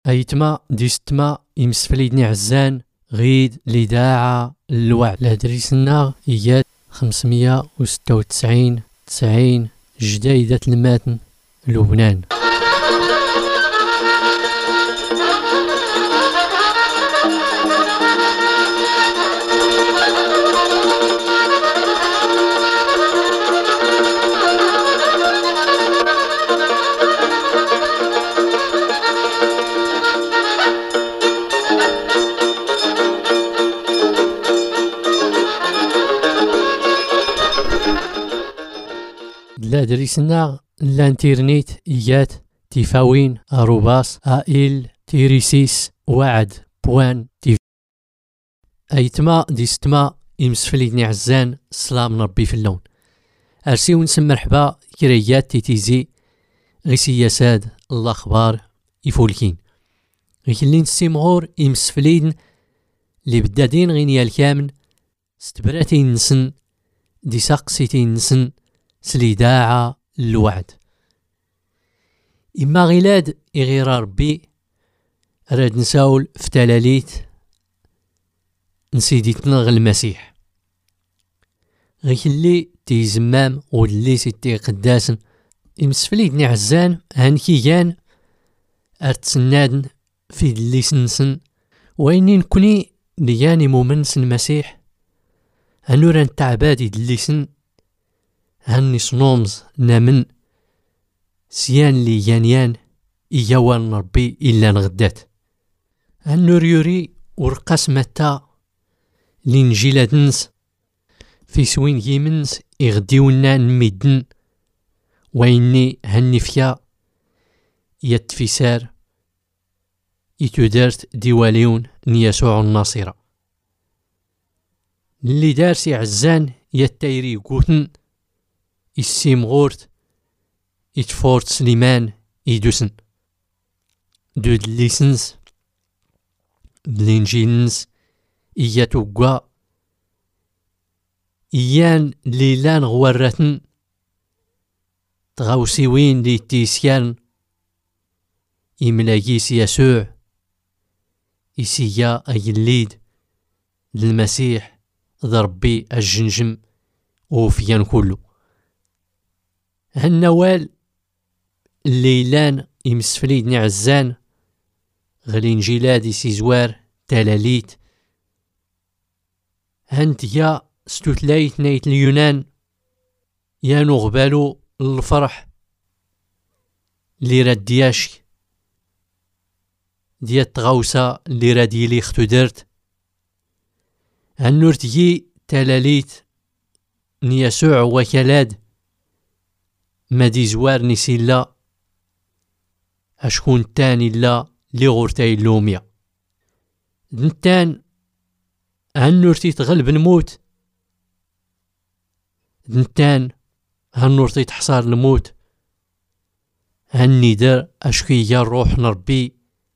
أيتما ديستما يمسفليدني عزان غيد الإذاعة الوعد لهدريسنا إياد 596 90 جديدة الماتن لبنان. لا دريسنا الانترنت إيات تيفاوين أروباس آئل تيريسيس وعد بوان تيف. أيتما ديستما يمسفليدني عزان السلام ربي في اللون أرسي ونسم مرحبا كريات تيتيزي غي سياساد الأخبار يفولكين غيكلين السيمغور يمسفليدن اللي بدادين غينيا الكامن ستبراتين نسن دي ساقسيتين نسن سليداعة الوعد. إما غيلاد إغير ربي راد نساول في تلاليت نسيديتنا غ المسيح غيك اللي تيزمام واللي سيتي قداسن يمسفليدني عزان هانكيان أرتسنادن في اللي سنسن وإني نكوني لياني مؤمنس المسيح هنوران تعبادي دليسن هاني صنومز نامن سيان لي يانيان إيوان ربي إلا نغدات هنور يوري ورقاس متا لنجيلا دنس في سوين يمنس إغديونا نميدن وإني هني فيا يتفسار يتودرت ديواليون نيسوع الناصرة اللي دارسي عزان يتايري قوتن السيمغورت يتفورت سليمان يدوسن دود الليسنس بلينجينس إياتوقا إيان ليلان غوارتن تغاوسيوين لي تيسيان إملاجيس يسوع إسيا أجليد للمسيح ضربي الجنجم وفيان كله هالنوال الليلان يمسفليدني عزان غلين جيلادي سيزوار تلاليت هانت يا ستوتلايت نايت اليونان يا نغبالو الفرح اللي راد دياشك ديال التغاوسة اللي رادي لي ختو درت هالنور تجي تلاليت نيسوع وكلاد مادي زوار نسيلا أشكون تاني لا لي غورتاي اللوميا دنتان هالنور تيتغلب نموت دنتان هالنور تيتحصار الموت هالندر أشكي الروح نربي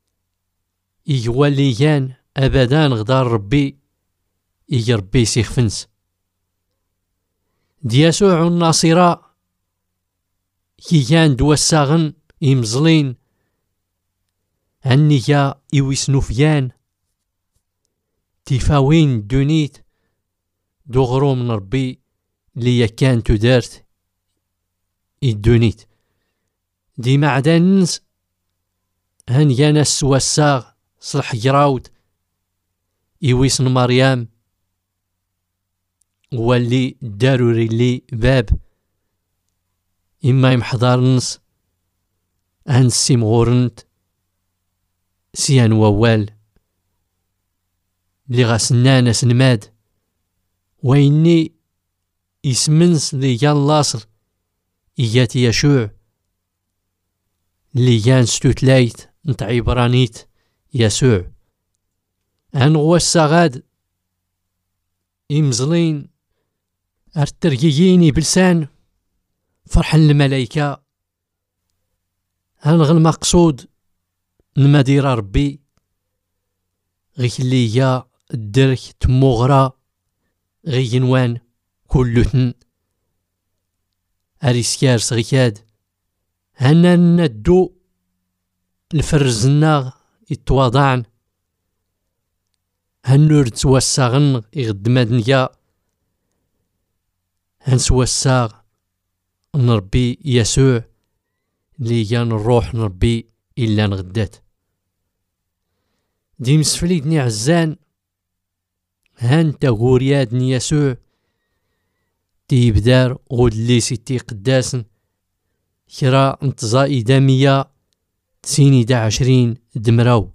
إيواليان أبدا غدار ربي إي ربي سيخفنس دياسوع الناصرة كيان دوا الساغن يمزلين هنيا إويسنوفيان تيفاوين دونيت دوغرو من ربي ليا كان تدارت الدونيت دي معدنس هنيا ناس وساغ صلح جراود إويسن مريم واللي داروري لي باب إما يمحضرنس هنسي مغورنت سيان ووال لي غاسنانا سنماد ويني يسمنس لي يان لاصر إياتي يشوع لي يان ستوتلايت نتاع عبرانيت يسوع هنغوا السغاد يمزلين ارترجييني بلسان فرح الملايكة هنغ المقصود نمدير ربي غيك اللي يا الدرك تموغرا غي ينوان كلثن أريسكار صغيكاد هنا ندو الفرزنا يتواضعن هنور توساغن يغد مدنيا هنسوساغ نربي يسوع ليان الروح نربي إلا نغدات ديم سفليدني عزان هان تغورياد يسوع تيبدار غودلي سيتي قداسن كرا انتظائي دامية 29 دمراو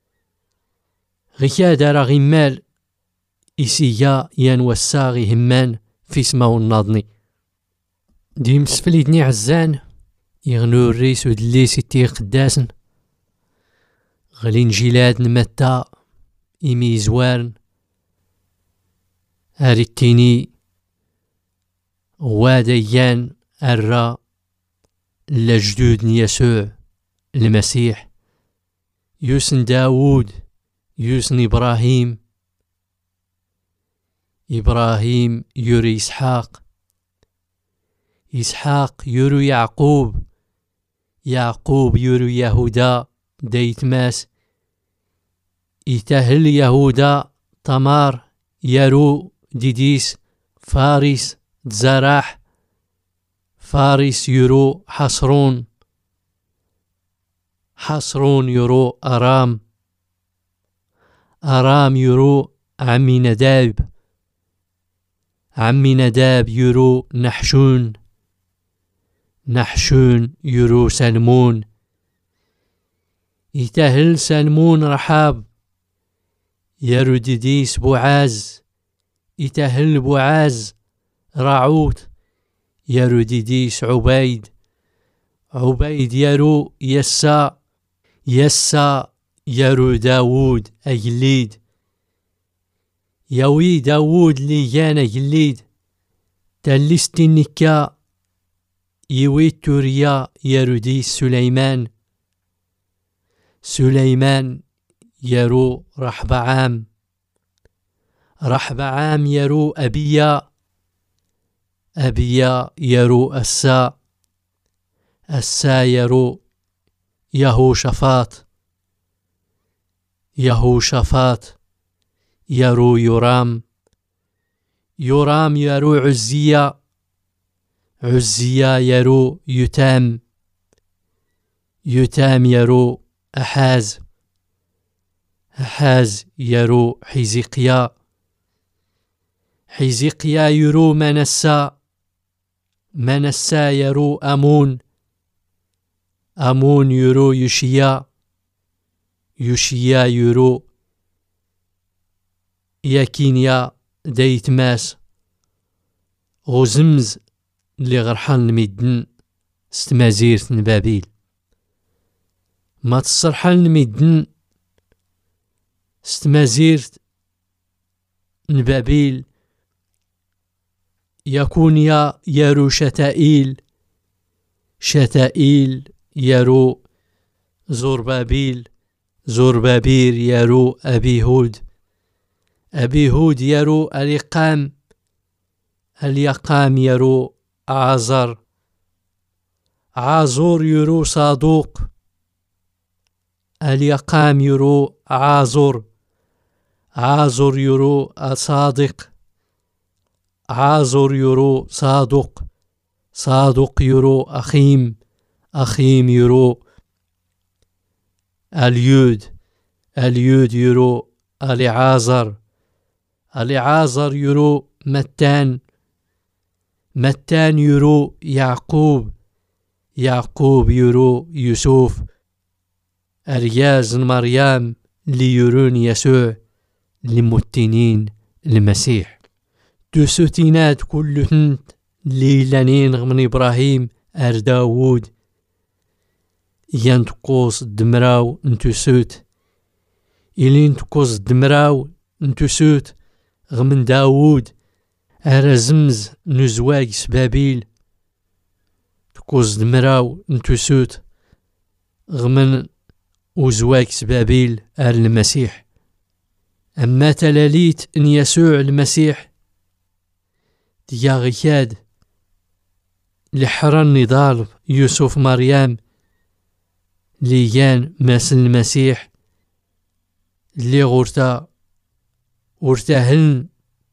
غيكا دارا غيمال إسيا يان وساغي همان في سماو الناضني ديم سفليدني عزان يغنو الريس ودلي سيتي قداسن غلين جيلاد نمتا إيمي زوارن أريتيني واديان الرا لجدود يسوع المسيح يوسن داود يوسن إبراهيم يوري إسحاق يوري يعقوب يوري يهودا ديتماس يتهل يهودا تمار يرو ديديس فارس زراح فارس يرو حصرون يرو أرام يرو عمي نداب يرو نحشون يرو سلمون يتهل سلمون رحاب يرو ديديس بوعاز يتهل بوعاز راعوت يرو ديديس عبيد يرو يسا يرو داود أجليد يوي داود ليانا جليد تلستنكا يوي توريا يرودي سليمان يرو رحبعام يرو أبيا يرو أسا يرو يهوشافاط يرو يرام يرو عزيا يرو يتام يرو أحاز يرو حزقيا يرو منسى يرو أمون يرو يوشيا يرو ياكينيا ديتماس غزمز اللي غرحان الميدن ستمازيرت نبابيل ما تصرحان الميدن ستمازيرت نبابيل يكونيا يرو شتائيل يرو زربابيل يرو أبي هود يرو اليقام يرو عازور يرو صادوق اليقام يرو عازور يرو صادق عازور يرو صادق يرو أخيم يرو اليود يرو اليعازر يرو متان يرو يعقوب يرو يوسف أرياز مريم ليرون يسوع لمتنين المسيح تسوتينات كلهن ليلانين من إبراهيم داود ينتقوص دمراو انتسوت إلين تقوص دمراو انتسوت غمن داود أرزمز نزواج سبابيل تقوص دمراو انتسوت غمن وزواج سبابيل المسيح. أما تلاليت إن يسوع المسيح ديا غياد لحرى النضال يوسف مريم ليان ماسن المسيح اللي غورتهن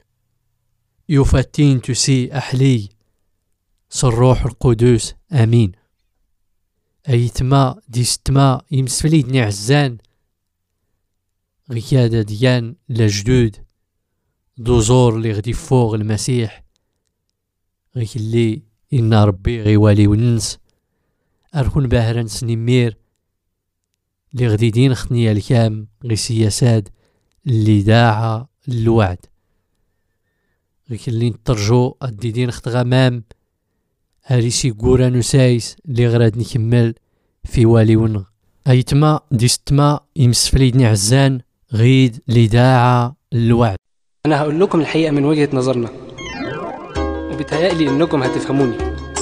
يفتين تسي أحلي صروح القدوس آمين. أيتما ديستما يمسفلي دني عزان غيادة ديان لجدود دوزور اللي غدي فوق المسيح غيك اللي إن ربي غيوالي وننس أركون باهران سنمير اللي غدي دين خطنية الكام غي سياسات اللي داعة الوعد غيك اللي نترجو أدي دين خط غمام هاريسي قورا نسايس اللي غراد نكمل في والي ونغ. أيتما ديستما يمسفليدني عزان غيد لداعة الوعد. أنا هقول لكم الحقيقة من وجهة نظرنا وبتهيألي إنكم هتفهموني.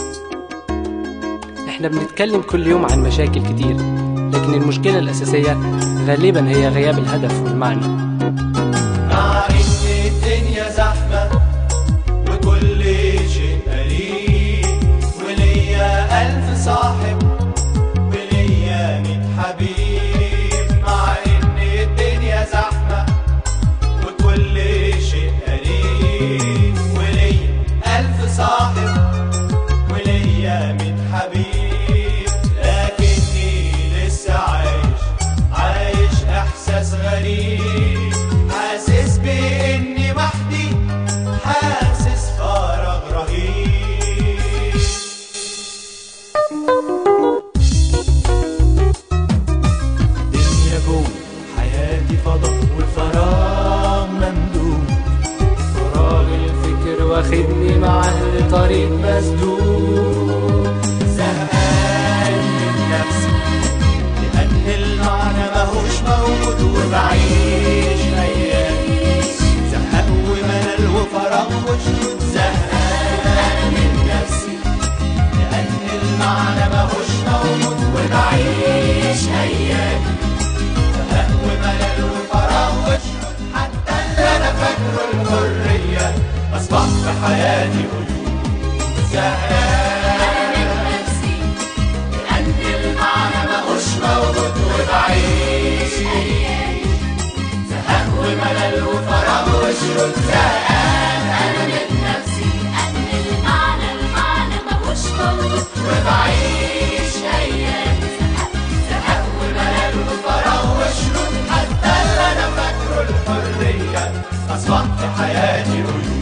إحنا بنتكلم كل يوم عن مشاكل كتير، لكن المشكلة الأساسية غالبا هي غياب الهدف والمعنى. مع إن الدنيا زحمة وكل شيء قليل وليا ألف صاحب وليا 100 حبيب. مع إن الدنيا زحمة وكل شيء قليل وليا 1000 صاحب وليا 100 حبيب، لكني لسه عايش إحساس غريب، حاسس بإني وحدي، حاسس فراغ رهيب. دنيا جوه حياتي فضاء وفراغ ممدود، فراغ الفكر واخدني معاه لطريق مسدود. زهقان من نفسي لأن المعنى ماهوش موجود وبعيش أيامي زهق وملل وفراغ وجود. زهقان من نفسي لأن المعنى ماهوش موجود وبعيش أيامي زهق وملل وفراغ وجود. حتى اللي أنا فاكره الحرية أصبح في حياتي قيود. زهقان من نفسي لأن المعنى ماهوش موجود وبعيش أيامي زهق وملل وفراغ وشرود. زهقان أنا من نفسي لأن المعنى ماهوش موجود وبعيش أيامي زهق وملل وفراغ وشرود. حتى اللي أنا فاكره الحرية أصبح في حياتي قيود.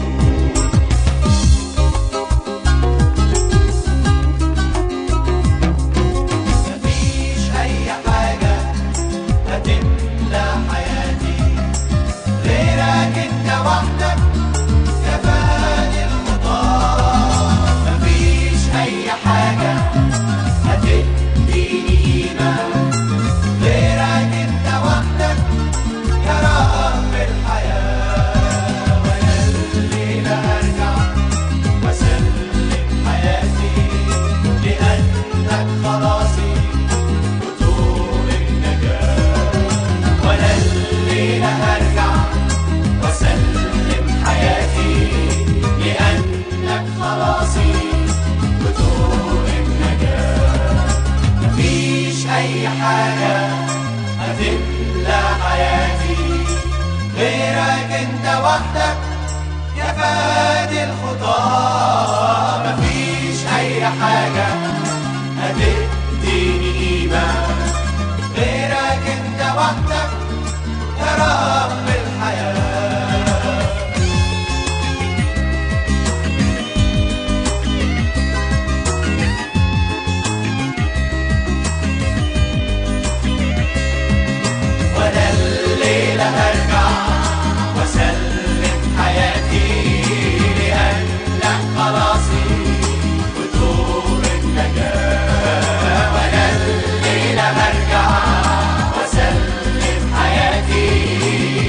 أي حاجة هتملى حياتي غيرك أنت وحدك يا فادي الخطى. مفيش أي حاجة هتديني قيمة غيرك أنت وحدك يا رب الحياة. هرجع واسلم حياتي لأنك خلاصي وطوق النجاة. وانا الليلة هرجع واسلم حياتي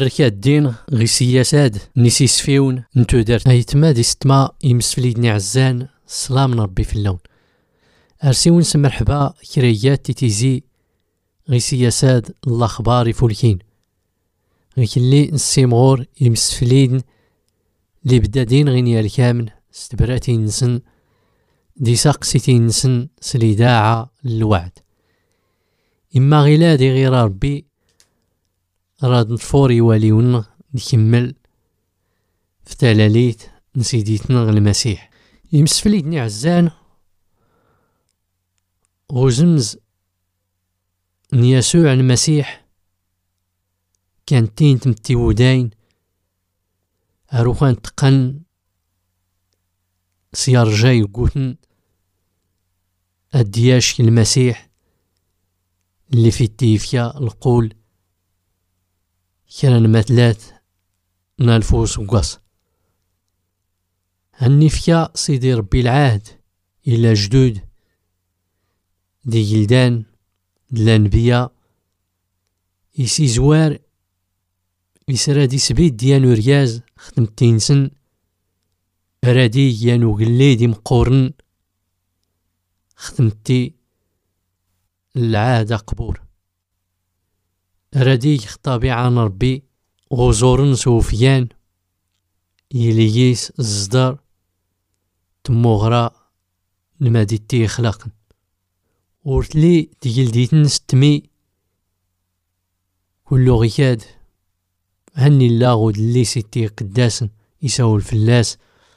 مركا الدين غي سياساد نسيس فيون نتو دارت ايتما دي ستما يمسفليدني عزان السلام ربي في اللون ارسيون مرحبا كريات تيتيزي غي سياساد الاخبار يفولكين غي كلي نسيمغور يمسفليدن لي بدادين غينيا الكامن استبراتي نسن دي ساقسيتي نسن سليداعة للوعد إما غيلادي غير ربي راد نفوري واليون نكمل في تلاليت نسيديتنا المسيح يمسفليدني عزان غزمز يسوع المسيح كان تين تمتي وداين أروخان تقن سيار جاي قوتن الدياش المسيح اللي في التيفيا القول كان مثلات نالفوس وقص هنفيا سيدي ربي العهد إلى جدود دي جلدان الأنبياء يسي زوار يسرادي سبيد ديانو رياز خدمتين سن رادي يانو قليدي مقورن خدمتي العادة قبور رادي خطابي عن ربي غزورن سوفيان يلييس الزدار تموغرا المادي تي خلاقن ورتلي تجلديتن ستمي كلو غيكاد هني اللاغود اللي ستي قداسن يساو الفلاس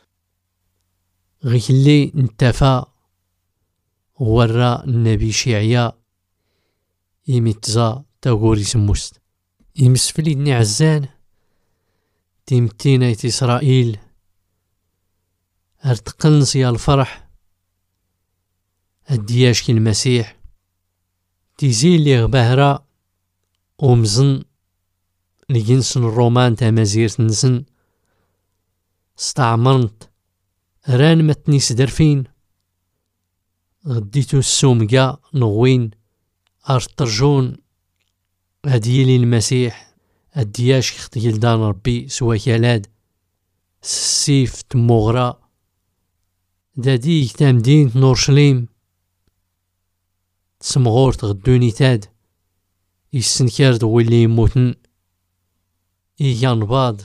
غيك اللي انتفى ورا النبي شيعيا يمتزا تاغوري سموست يمسفليدني عزان تيمتينا إسرائيل ارتقنس يا الفرح الدياش كي المسيح تيزيل لي غباهرة ومزن لجنسن الرومان تامازيرت نسن استعمرت ران متني سدرفين غديتو السومقا نغوين ارترجون هديلي المسيح الدياش كختيل دان ربي سوا كالاد السيف تموغرا داديك تامدين نورشليم تسمغور تغدوني تاد يسنكارد ويلي يموتن إيجان بعض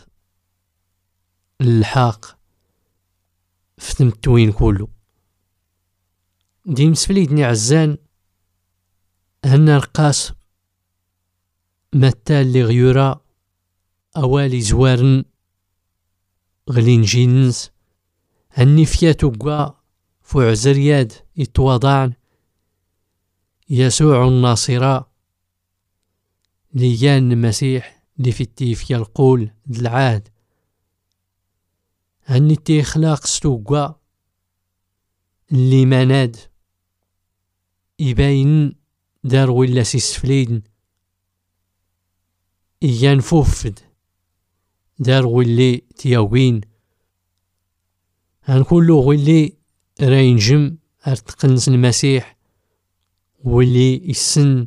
الحاق فتمتوين كله ديم سفليدني عزان هنا القاس متى اللي غيورا أوالي زوارن غلين جينس هني فياتو قوا فو عزرياد يتواضعن يسوع الناصرة ليان المسيح اللي في التيفيا القول العهد هني تي خلاق ستوقوا اللي مناد يباين دار ولا سيسفليدن إيان فوفد دار ولي تياوين هنقولو ولي راينجم ارتقنس المسيح ولي السن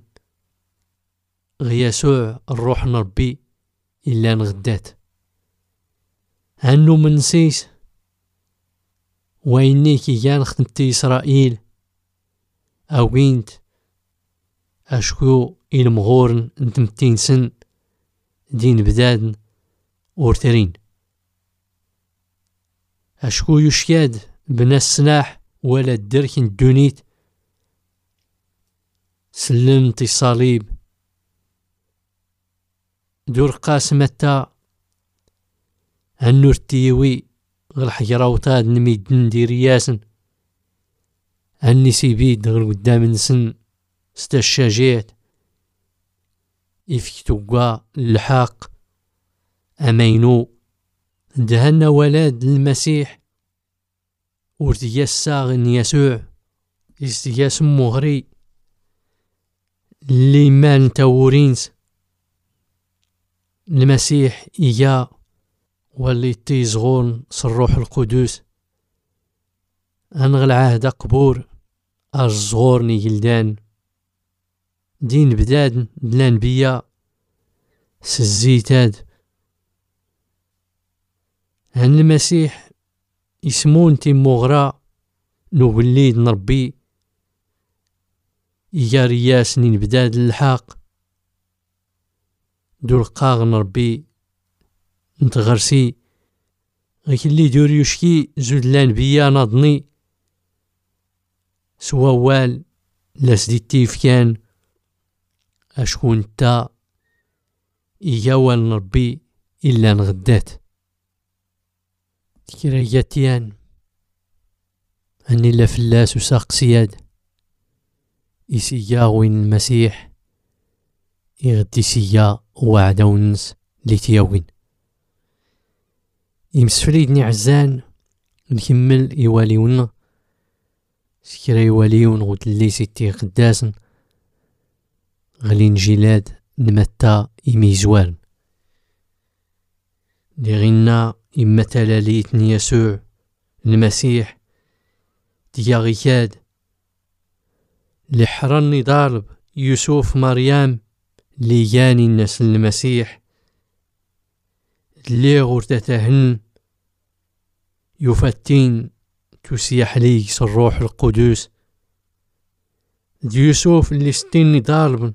غيسوع الروح نربي إلا نغدات هنو منسيس ويني كيان خدمتي إسرائيل أوينت أشكو المغورن نتمتين سن دين بدادن أورترين أشكو يشكاد بنا السلاح ولا الدرك الدونيت سلمت الصليب دور قاسمتا هنور تيوي غير حجرة وطاد نميدن دي رياسن هني سيبيد غير قدام نسن ستا الشاجات يفكتوا الحاق أمينو دهنا ولاد المسيح ورتياس ساغن يسوع استياس مغري اللي مان تاورينس المسيح إيا واللي تيزغون صروح القدوس أنغل عهد قبور أزغورني جلدان دين بداد الأنبياء سزيتاد هن المسيح يسمون تيموغرا نوبليد نربي إيا رياس نبداد الحاق دول قاغ نربي نتغرسي غيك اللي دور يشكي زود لان بيا ناضني سوا وال لاس تيف كان أشكون تا إيا وال نربي إلا نغدات تكرياتيان أني لا فلاس وساق سياد إسيا وين المسيح يغدي سيا وعدا ونس لتياوين يمسفريدني عزان نكمل يواليون سكرا يواليون غد اللي ستي قداسن غلين جيلاد نمتا يميزوان لغينا إما تلاليت يسوع المسيح دياغيكاد لحرني ضارب يوسف مريم لياني الناس المسيح اللي غرتتهن يفتين تسيح ليك الروح القدس يوسف اللي ستيني ضارب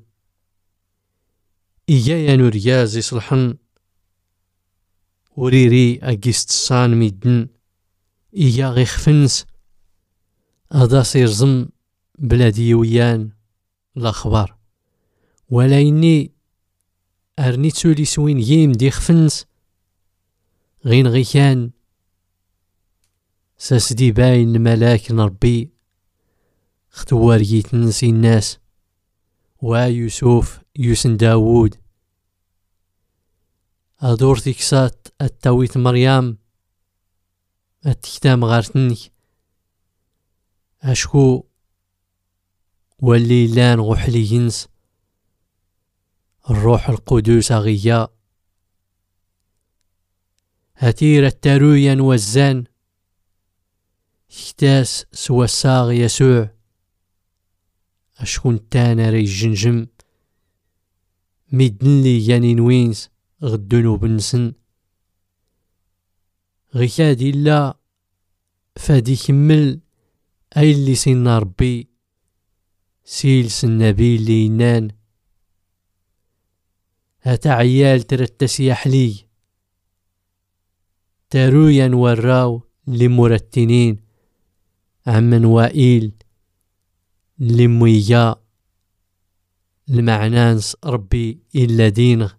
إيايا نورياز يصلحن وريري أجيست الصان ميدن إيا غي خفنس هذا سيرزم بلاديويان الأخبار ولا إني أرني تسولي سوين يم دي خفنس غين غي كان ساسدي باين الملاك نربي اختوار يتنسي الناس ويوسف يوسن داوود أدور تكسات التويت مريم التكتام غارتنك أشكو واللي لان غحلي ينس الروح القدس أغيا هتير الترويا والزان اكتاس سوى الساغ يسوع أشكون تانا ري الجنجم ميدن لي يانين وينس غدنو بنسن غيكادي لا فادي كمل أي اللي سينا ربي سيلس النبي اللي ينان هتا عيال ترتسيح لي تارويا وراو اللي مرتنين عمن وائيل اللي مويا المعنانس ربي إلا دينغ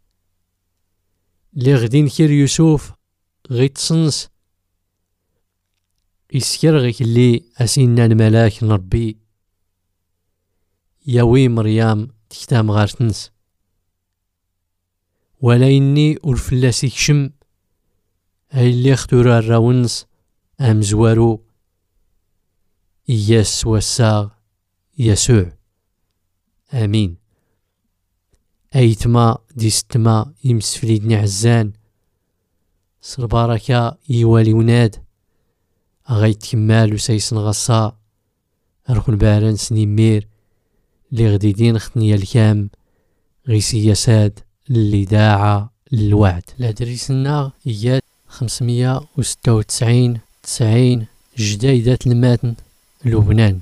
اللي غدين كير يوسف غيتصنس يسكر غيك اللي أسينا الملاك نربي ياوي مريم تكتام غارتنس ولا إني أرفلاسي كشم هاي اللي اختورا الراونس أم زوارو إياس والساغ يسوع آمين. أيتما ديستما يمسفليدني عزان سرباركا يوالي وناد أغايت كمال وسيسن غصا أرخون باران سنيمير اللي غديدين ختنيا الكام غي سياسات اللي داعا للوعد. لادريسنا إياد 596 90 جديدة الماتن لبنان.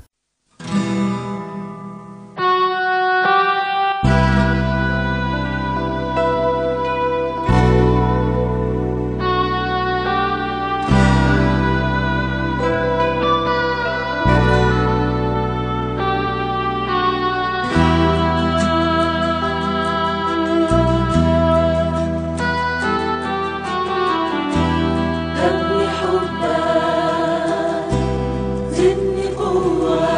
زدني قوة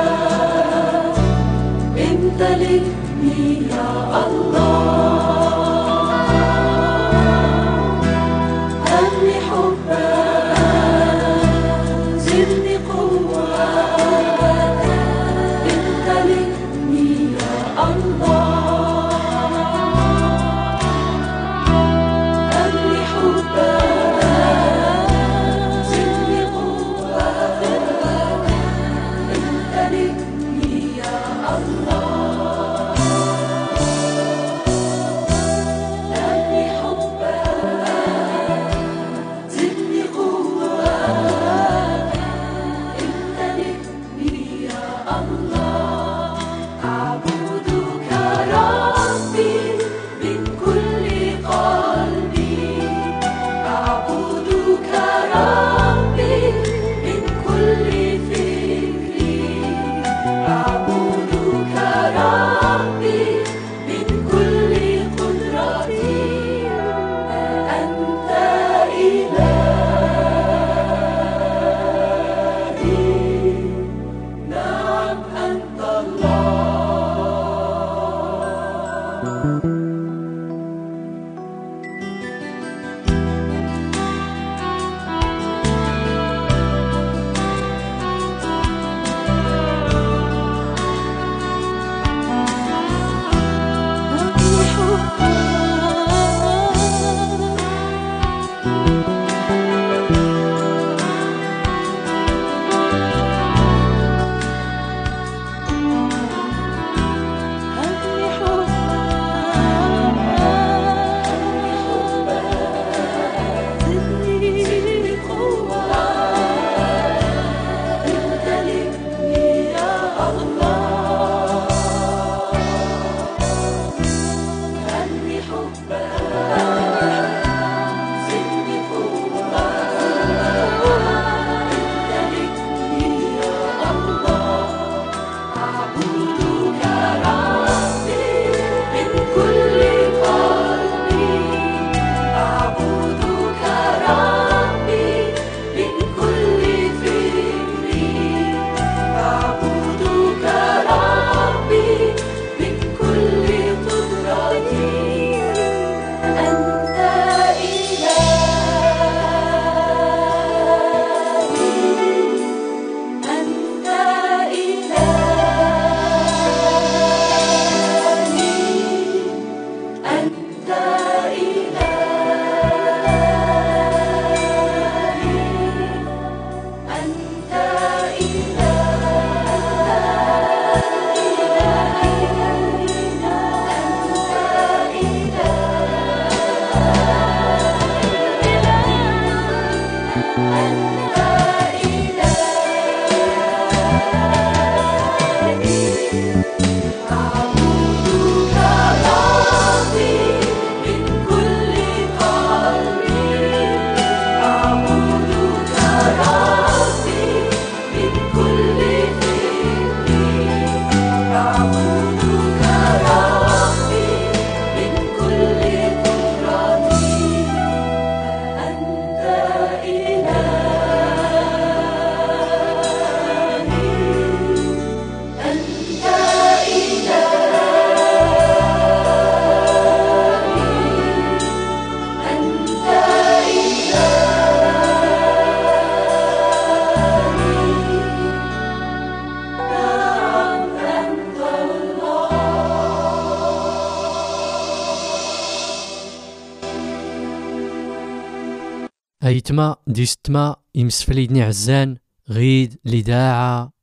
ديتما ديستما يمس في اليدني عزان غيد لداعة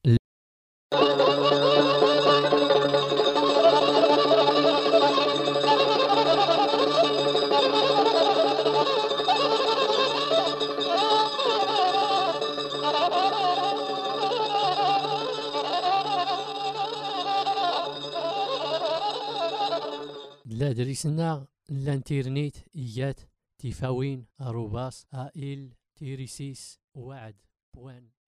لا دريسنا الانترنت إيات تيفاوين أروباس آئل تيريسيس وعد بوان